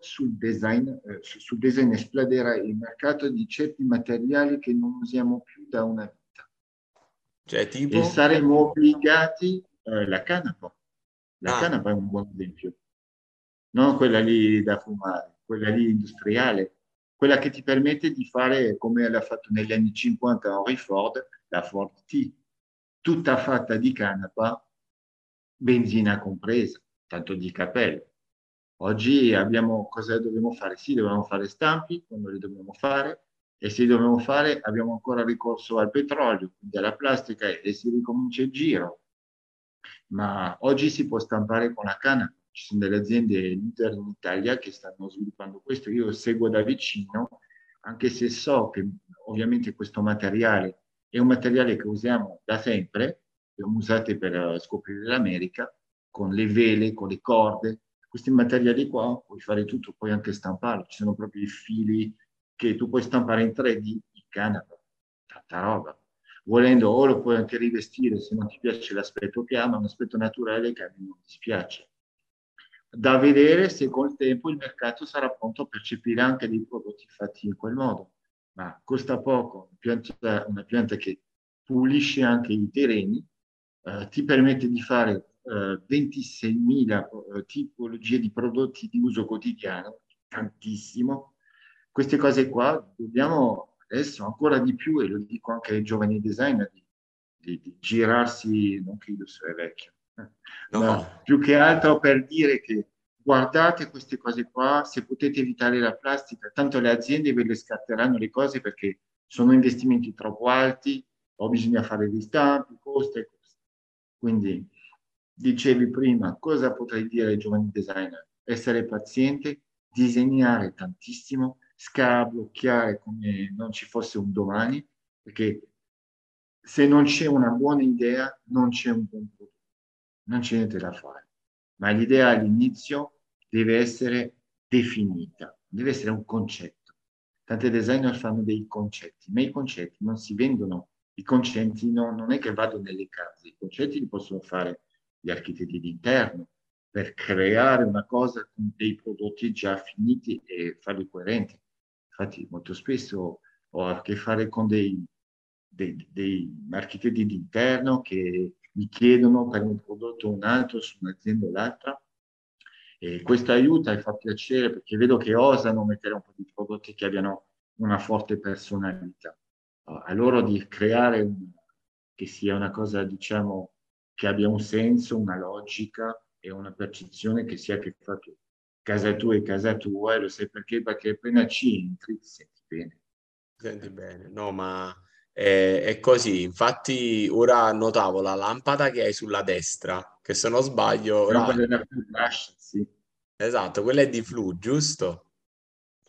sul design esploderà il mercato di certi materiali che non usiamo più da una vita Cioè, e tipo. saremo obbligati, la canapa. La Ah, canapa è un buon esempio, non quella lì da fumare, quella lì industriale, quella che ti permette di fare come l'ha fatto negli anni 50 Henry Ford, la Ford T, tutta fatta di canapa, benzina compresa, tanto di capello. Oggi abbiamo cosa dobbiamo fare? Sì, dobbiamo fare stampi quando li dobbiamo fare e se li dobbiamo fare abbiamo ancora ricorso al petrolio, quindi alla plastica e si ricomincia il giro. Ma oggi si può stampare con la canna. Ci sono delle aziende leader in Italia che stanno sviluppando questo. Io lo seguo da vicino, anche se so che ovviamente questo materiale è un materiale che usiamo da sempre, abbiamo usato per scoprire l'America, con le vele, con le corde. Questi materiali qua puoi fare tutto, puoi anche stamparlo. Ci sono proprio i fili che tu puoi stampare in 3D in canapa. Tanta roba volendo o lo puoi anche rivestire se non ti piace l'aspetto che ha, ma un aspetto naturale che a me non dispiace. Da vedere se col tempo il mercato sarà pronto a percepire anche dei prodotti fatti in quel modo. Ma costa poco, una pianta che pulisce anche i terreni, ti permette di fare 26.000 tipologie di prodotti di uso quotidiano, tantissimo. Queste cose qua dobbiamo adesso ancora di più, e lo dico anche ai giovani designer, di girarsi, non che io sia vecchio, ma no. più che altro per dire che guardate queste cose qua, se potete evitare la plastica, tanto le aziende ve le scatteranno le cose perché sono investimenti troppo alti, o bisogna fare dei stampi, costa e costa. Quindi dicevi prima, cosa potrei dire ai giovani designer? Essere paziente, disegnare tantissimo, scarabocchiare come non ci fosse un domani, perché se non c'è una buona idea, non c'è un buon prodotto, non c'è niente da fare. Ma l'idea all'inizio deve essere definita, deve essere un concetto. Tanti designer fanno dei concetti, ma i concetti non si vendono, i concetti non è che vado nelle case, i concetti li possono fare gli architetti d'interno per creare una cosa con dei prodotti già finiti e farli coerenti. Infatti molto spesso ho a che fare con dei architetti d'interno che mi chiedono per un prodotto o un altro su un'azienda o l'altra. E questo aiuta e fa piacere perché vedo che osano mettere un po' di prodotti che abbiano una forte personalità. A loro di creare che sia una cosa, diciamo, che abbia un senso, una logica e una percezione che sia che fa tu. Casa tua è casa tua e lo sai perché? Perché appena ci entri ti senti bene. Senti bene, no, ma è così. Infatti, ora notavo la lampada che hai sulla destra, che se non sbaglio, No, ora. quella è la più lascia, sì. Esatto, quella è di Flu, giusto?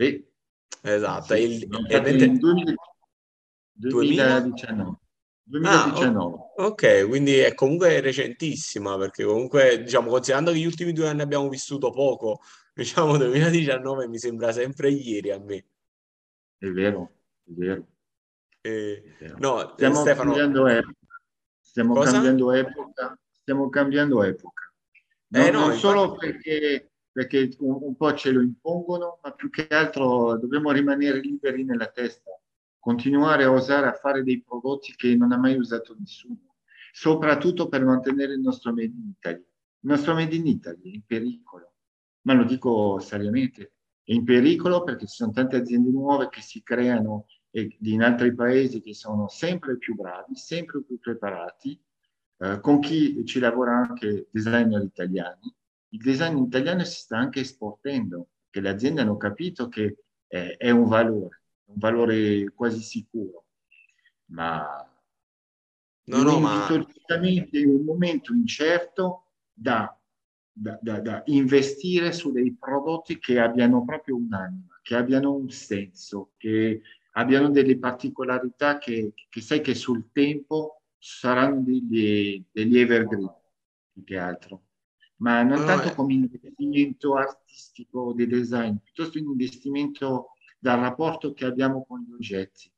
Sì, Esatto, sì. L'ho è fatto in 2000? 2019. Ah, 2019. ok, quindi è comunque recentissima, perché comunque, diciamo, considerando che gli ultimi 2 anni abbiamo vissuto poco, diciamo 2019 mi sembra sempre ieri a me. È vero, è vero, Eh, è vero. no, Stiamo Stefano, cambiando epoca, stiamo cosa? cambiando epoca, stiamo cambiando epoca. No, Non solo infatti, perché un po' ce lo impongono, ma più che altro dobbiemo rimanere liberi nella testa, continuare a osare a fare dei prodotti che non ha mai usato nessuno, soprattutto per mantenere il nostro Made in Italy. Il nostro Made in Italy è in pericolo, ma lo dico seriamente, è in pericolo perché ci sono tante aziende nuove che si creano in altri paesi che sono sempre più bravi, sempre più preparati, con chi ci lavora anche designer italiani. Il design italiano si sta anche esportando, che le aziende hanno capito che è un valore quasi sicuro. Ma no, no, viene ma giustamente in un momento incerto da investire su dei prodotti che abbiano proprio un'anima, che abbiano un senso, che abbiano delle particolarità che sai che sul tempo saranno degli evergreen, più che altro. Ma no, non no, tanto come investimento artistico di design, piuttosto un investimento dal rapporto che abbiamo con gli oggetti.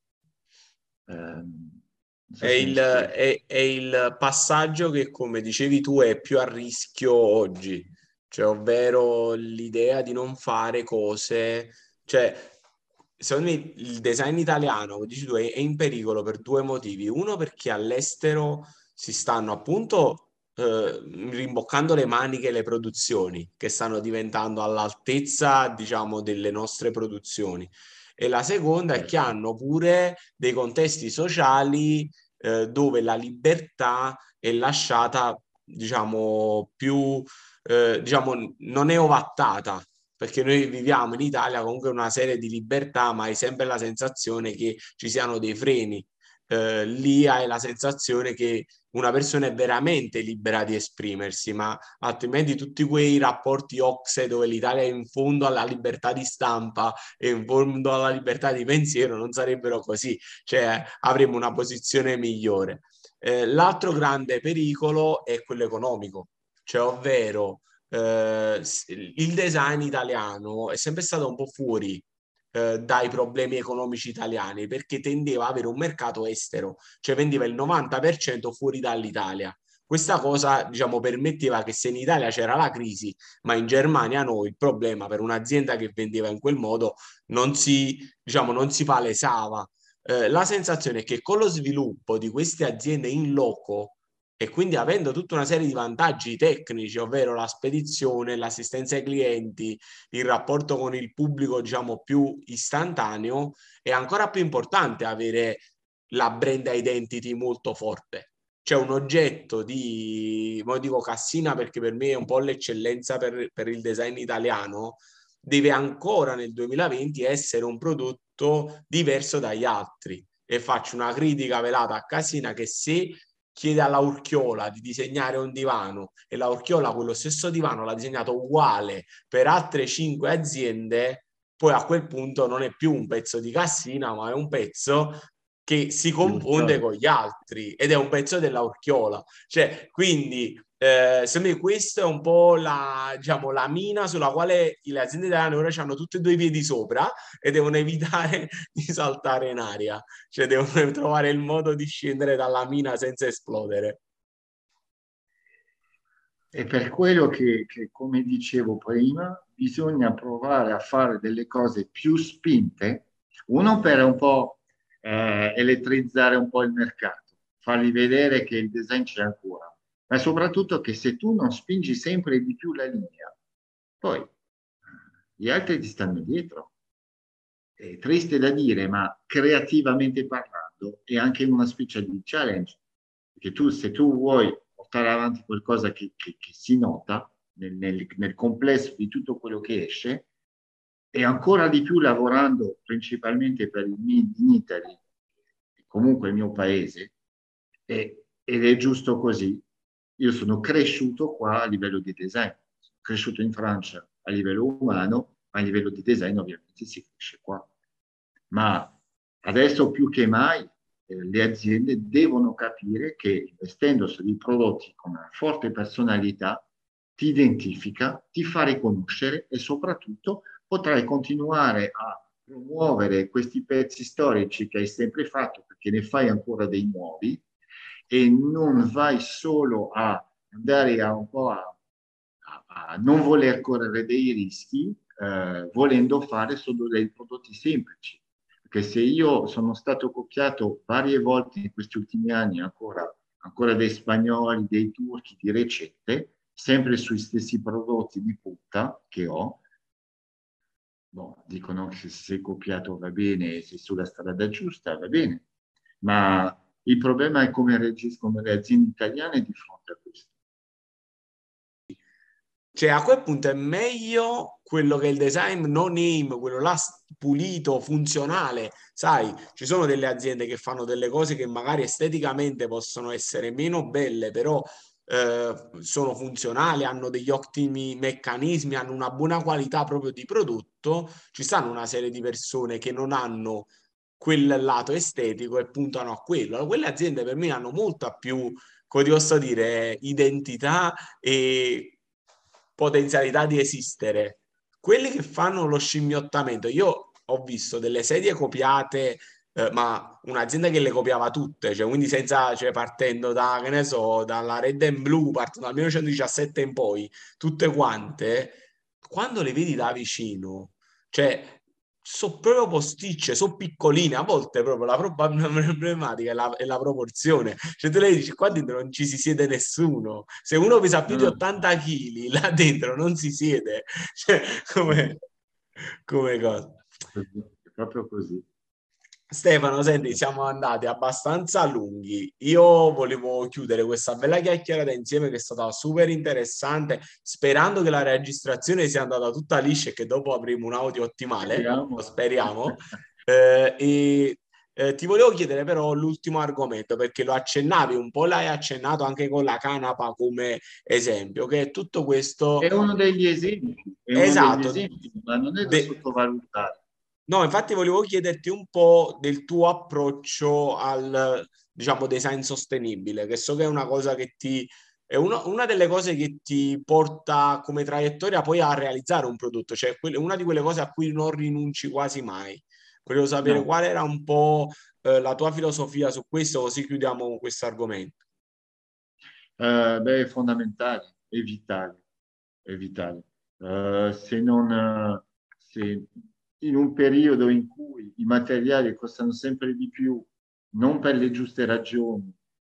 Non è so se mi spiego. è il passaggio che, come dicevi tu, è più a rischio oggi, cioè, ovvero l'idea di non fare cose, cioè, secondo me il design italiano, come dici tu, è in pericolo per 2 motivi. Uno, perché all'estero si stanno appunto rimboccando le maniche le produzioni, che stanno diventando all'altezza, diciamo, delle nostre produzioni. E la seconda è che Certo. hanno pure dei contesti sociali dove la libertà è lasciata, diciamo, più, diciamo, non è ovattata, perché noi viviamo in Italia comunque una serie di libertà, ma hai sempre la sensazione che ci siano dei freni. Lì hai la sensazione che una persona è veramente libera di esprimersi, ma altrimenti tutti quei rapporti OCSE dove l'Italia è in fondo alla libertà di stampa e in fondo alla libertà di pensiero non sarebbero così, cioè avremmo una posizione migliore. L'altro grande pericolo è quello economico, cioè ovvero il design italiano è sempre stato un po' fuori dai problemi economici italiani perché tendeva ad avere un mercato estero, cioè vendeva il 90% fuori dall'Italia. Questa cosa, diciamo, permetteva che se in Italia c'era la crisi, ma in Germania no, il problema per un'azienda che vendeva in quel modo non si palesava. La sensazione è che con lo sviluppo di queste aziende in loco e quindi avendo tutta una serie di vantaggi tecnici, ovvero la spedizione, l'assistenza ai clienti, il rapporto con il pubblico, diciamo, più istantaneo, è ancora più importante avere la brand identity molto forte. C'è un oggetto di, mo dico Cassina perché per me è un po' l'eccellenza per il design italiano, deve ancora nel 2020 essere un prodotto diverso dagli altri. E faccio una critica velata a Casina che se chiede alla Urchiola di disegnare un divano e la Urchiola quello stesso divano l'ha disegnato uguale per altre 5 aziende, poi a quel punto non è più un pezzo di Cassina, ma è un pezzo che si confonde con gli altri ed è un pezzo della Urchiola. Cioè, quindi, secondo me questa è un po' la, diciamo, la mina sulla quale le aziende italiane ora hanno tutti e due i piedi sopra e devono evitare di saltare in aria, cioè devono trovare il modo di scendere dalla mina senza esplodere. È per quello come dicevo prima, bisogna provare a fare delle cose più spinte, uno per un po' elettrizzare un po' il mercato, fargli vedere che il design c'è ancora, ma soprattutto che se tu non spingi sempre di più la linea, poi gli altri ti stanno dietro. È triste da dire, ma creativamente parlando è anche una specie di challenge, perché se tu vuoi portare avanti qualcosa che si nota nel complesso di tutto quello che esce, e ancora di più lavorando principalmente per il Made in Italy, comunque il mio paese, ed è giusto così. Io sono cresciuto qua a livello di design, sono cresciuto in Francia a livello umano, ma a livello di design ovviamente si cresce qua. Ma adesso più che mai le aziende devono capire che investendo su dei prodotti con una forte personalità ti identifica, ti fa riconoscere e soprattutto potrai continuare a promuovere questi pezzi storici che hai sempre fatto, perché ne fai ancora dei nuovi, e non vai solo a andare a un po' a non voler correre dei rischi, volendo fare solo dei prodotti semplici. Perché se io sono stato copiato varie volte in questi ultimi anni, ancora dai spagnoli, dei turchi, di ricette, sempre sui stessi prodotti di punta che ho, boh, dicono che se sei copiato va bene, sei sulla strada giusta, va bene. Ma il problema è come reagiscono le aziende italiane di fronte a questo. Cioè, a quel punto è meglio quello che è il design no name, quello là pulito, funzionale. Sai, ci sono delle aziende che fanno delle cose che magari esteticamente possono essere meno belle, però sono funzionali, hanno degli ottimi meccanismi, hanno una buona qualità proprio di prodotto. Ci stanno una serie di persone che non hanno quel lato estetico e puntano a quello. Allora, quelle aziende per me hanno molta più, come ti posso dire, identità e potenzialità di esistere. Quelli che fanno lo scimmiottamento, io ho visto delle sedie copiate, ma un'azienda che le copiava tutte, cioè quindi senza, cioè partendo da, che ne so, dalla Red and Blue, partendo dal 1917 in poi, tutte quante, quando le vedi da vicino, cioè sono proprio posticce, sono piccoline, a volte proprio la problematica è la proporzione. Cioè tu le dici, qua dentro non ci si siede nessuno. Se uno pesa più No, di no, 80 kg, là dentro non si siede. Cioè, come cosa. è proprio così. Stefano, senti, siamo andati abbastanza lunghi. Io volevo chiudere questa bella chiacchierata insieme che è stata super interessante, sperando che la registrazione sia andata tutta liscia e che dopo avremo un audio ottimale, lo Speriamo. speriamo. Ti volevo chiedere però l'ultimo argomento, perché lo accennavi un po', l'hai accennato anche con la canapa come esempio, che è tutto questo. È uno degli Esatto. esempi, ma non è da sottovalutare. No, infatti volevo chiederti un po' del tuo approccio al, diciamo, design sostenibile, che so che è una cosa che ti, è una delle cose che ti porta come traiettoria poi a realizzare un prodotto, cioè una di quelle cose a cui non rinunci quasi mai. Volevo sapere No, qual era un po', la tua filosofia su questo, così chiudiamo questo argomento. beh, è fondamentale, è vitale, è vitale. Se non, se in un periodo in cui i materiali costano sempre di più, non per le giuste ragioni,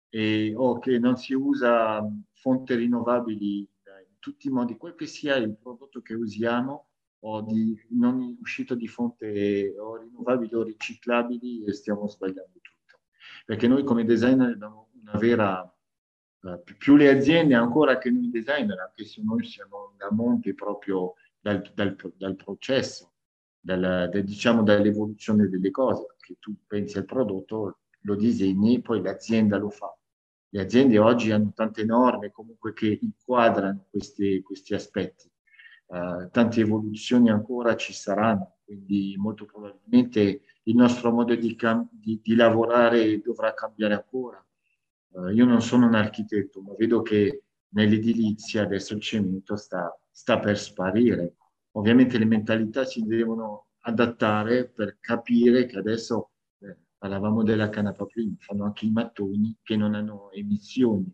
o che non si usa fonti rinnovabili in tutti i modi, quel che sia il prodotto che usiamo, o di non uscito di fonte o rinnovabili o riciclabili, e stiamo sbagliando tutto. Perché noi come designer abbiamo una vera più le aziende ancora che noi designer, anche se noi siamo a monte proprio dal processo, diciamo dall'evoluzione delle cose, perché tu pensi al prodotto, lo disegni, poi l'azienda lo fa. Le aziende oggi hanno tante norme comunque che inquadrano questi aspetti. Tante evoluzioni ancora ci saranno, quindi molto probabilmente il nostro modo di lavorare dovrà cambiare ancora. Io non sono un architetto, ma vedo che nell'edilizia adesso il cemento sta per sparire. Ovviamente le mentalità si devono adattare per capire che adesso, parlavamo della canapa prima, fanno anche i mattoni che non hanno emissioni.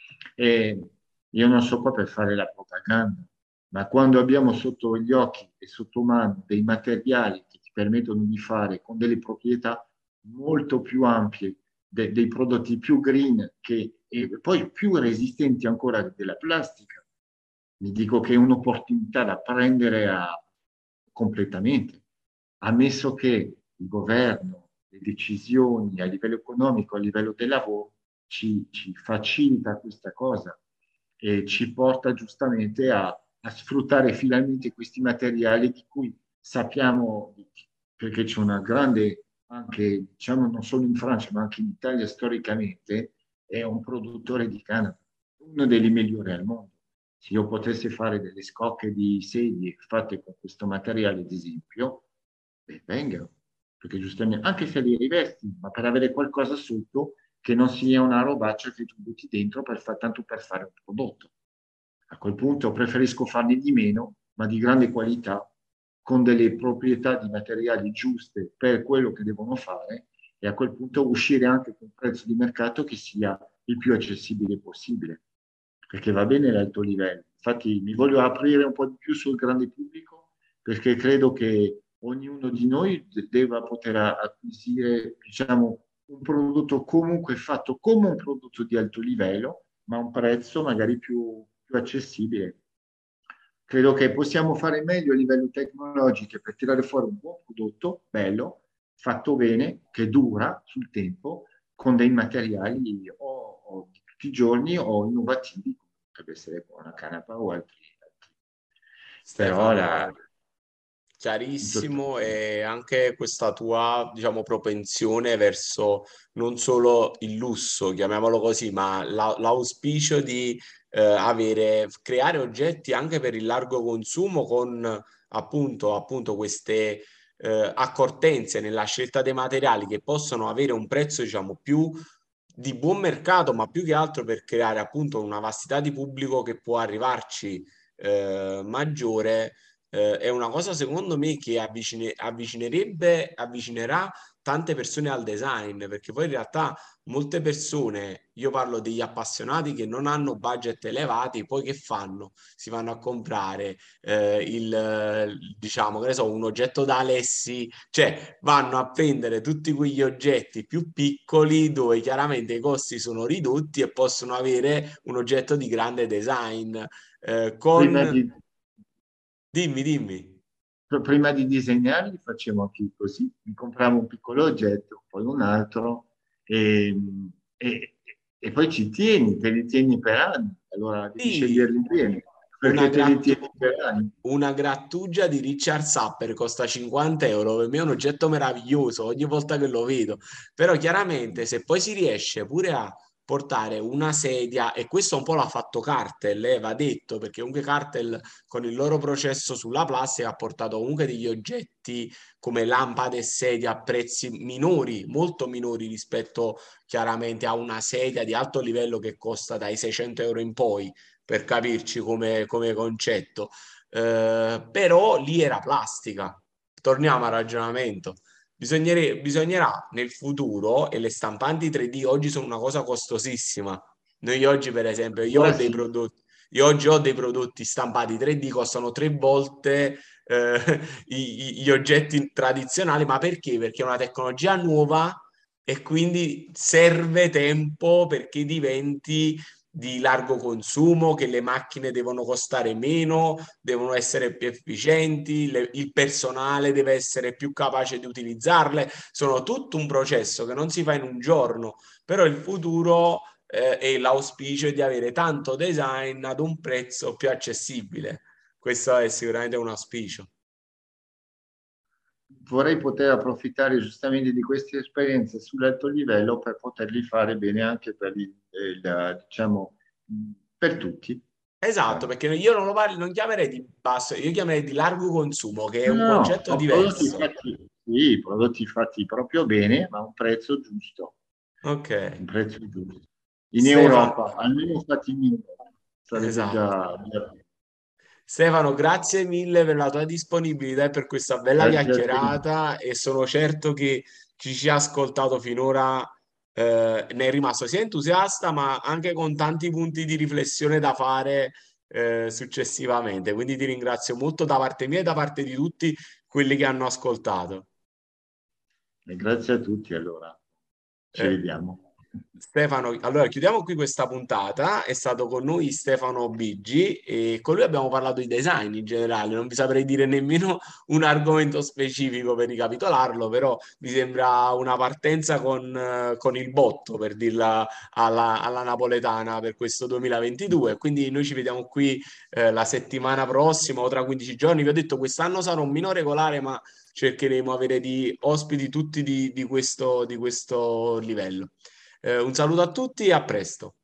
E io non so qua per fare la propaganda, ma quando abbiamo sotto gli occhi e sotto mano dei materiali che ti permettono di fare con delle proprietà molto più ampie dei prodotti più green e poi più resistenti ancora della plastica. Mi dico che è un'opportunità da prendere completamente, ammesso che il governo, le decisioni a livello economico, a livello del lavoro, ci facilita questa cosa e ci porta giustamente a sfruttare finalmente questi materiali di cui sappiamo, perché c'è una grande anche, diciamo, non solo in Francia, ma anche in Italia storicamente, è un produttore di canapa, uno dei migliori al mondo. Se io potessi fare delle scocche di sedie fatte con questo materiale, ad esempio, vengano, perché giustamente, anche se li rivesti, ma per avere qualcosa sotto che non sia una robaccia che tu butti dentro tanto per fare un prodotto. A quel punto preferisco farne di meno, ma di grande qualità, con delle proprietà di materiali giuste per quello che devono fare, e a quel punto uscire anche con un prezzo di mercato che sia il più accessibile possibile, perché va bene l'alto livello. Infatti mi voglio aprire un po' di più sul grande pubblico, perché credo che ognuno di noi debba poter acquisire, diciamo, un prodotto comunque fatto come un prodotto di alto livello, ma a un prezzo magari più accessibile. Credo che possiamo fare meglio a livello tecnologico per tirare fuori un buon prodotto, bello, fatto bene, che dura sul tempo, con dei materiali o di tutti i giorni o innovativi, come potrebbe essere una canapa o altri. Però Stefano, tutto sta- chiarissimo, e anche questa tua, diciamo, propensione verso non solo il lusso, chiamiamolo così, ma l'auspicio di creare oggetti anche per il largo consumo con appunto queste accortenze nella scelta dei materiali che possono avere un prezzo, diciamo, più di buon mercato, ma più che altro per creare appunto una vastità di pubblico che può arrivarci maggiore, è una cosa secondo me che avvicinerà tante persone al design, perché poi in realtà molte persone, io parlo degli appassionati che non hanno budget elevati, poi che fanno? Si vanno a comprare diciamo, che ne so, un oggetto da Alessi, cioè vanno a prendere tutti quegli oggetti più piccoli dove chiaramente i costi sono ridotti e possono avere un oggetto di grande design. prima Con... di, Dimmi, dimmi. prima di disegnarli facevo anche così, mi compravo un piccolo oggetto, poi un altro, e, e- e poi te li tieni per anni, allora devi Sì, sceglierli bene, una, perché te li tieni per anni. una grattugia di Richard Sapper costa 50 euro, per me è un oggetto meraviglioso ogni volta che lo vedo, però chiaramente se poi si riesce pure a portare una sedia, e questo un po' l'ha fatto Cartel, va detto, perché comunque Cartel con il loro processo sulla plastica ha portato comunque degli oggetti come lampade e sedie a prezzi minori, molto minori rispetto chiaramente a una sedia di alto livello che costa dai 600 euro in poi, per capirci come concetto. Però lì era plastica. Torniamo al ragionamento. Bisognerà nel futuro, e le stampanti 3D oggi sono una cosa costosissima. Noi oggi, per esempio, Ora sì, io oggi ho dei prodotti stampati 3D, costano 3 volte gli oggetti tradizionali, ma perché? Perché è una tecnologia nuova e quindi serve tempo perché diventi di largo consumo, che le macchine devono costare meno, devono essere più efficienti, il personale deve essere più capace di utilizzarle. Sono tutto un processo che non si fa in un giorno, però il futuro e l'auspicio è di avere tanto design ad un prezzo più accessibile. Questo è sicuramente un auspicio. vorrei poter approfittare giustamente di queste esperienze sull'alto livello per poterli fare bene anche diciamo, per tutti. Esatto, Guarda. perché io non lo parlo, non chiamerei di basso, io chiamerei di largo consumo, che è No, un no, no, concetto ho diverso. sì, prodotti fatti proprio bene, ma a un prezzo giusto, Ok. un prezzo giusto. In Stefano, Europa, almeno fatti in Europa, sarebbe esatto. già. Stefano, grazie mille per la tua disponibilità e per questa bella Grazie a te. chiacchierata, e sono certo che chi ci ha ascoltato finora ne è rimasto sia entusiasta, ma anche con tanti punti di riflessione da fare successivamente. Quindi ti ringrazio molto da parte mia e da parte di tutti quelli che hanno ascoltato. E grazie a tutti allora. Ci Eh, vediamo. Stefano, allora chiudiamo qui questa puntata. È stato con noi Stefano Biggi e con lui abbiamo parlato di design in generale. Non vi saprei dire nemmeno un argomento specifico per ricapitolarlo, però mi sembra una partenza con il botto, per dirla alla napoletana, per questo 2022. Quindi noi ci vediamo qui la settimana prossima o tra 15 giorni. Vi ho detto, quest'anno sarà un meno regolare, ma cercheremo di avere di ospiti tutti di questo livello. Un saluto a tutti e a presto.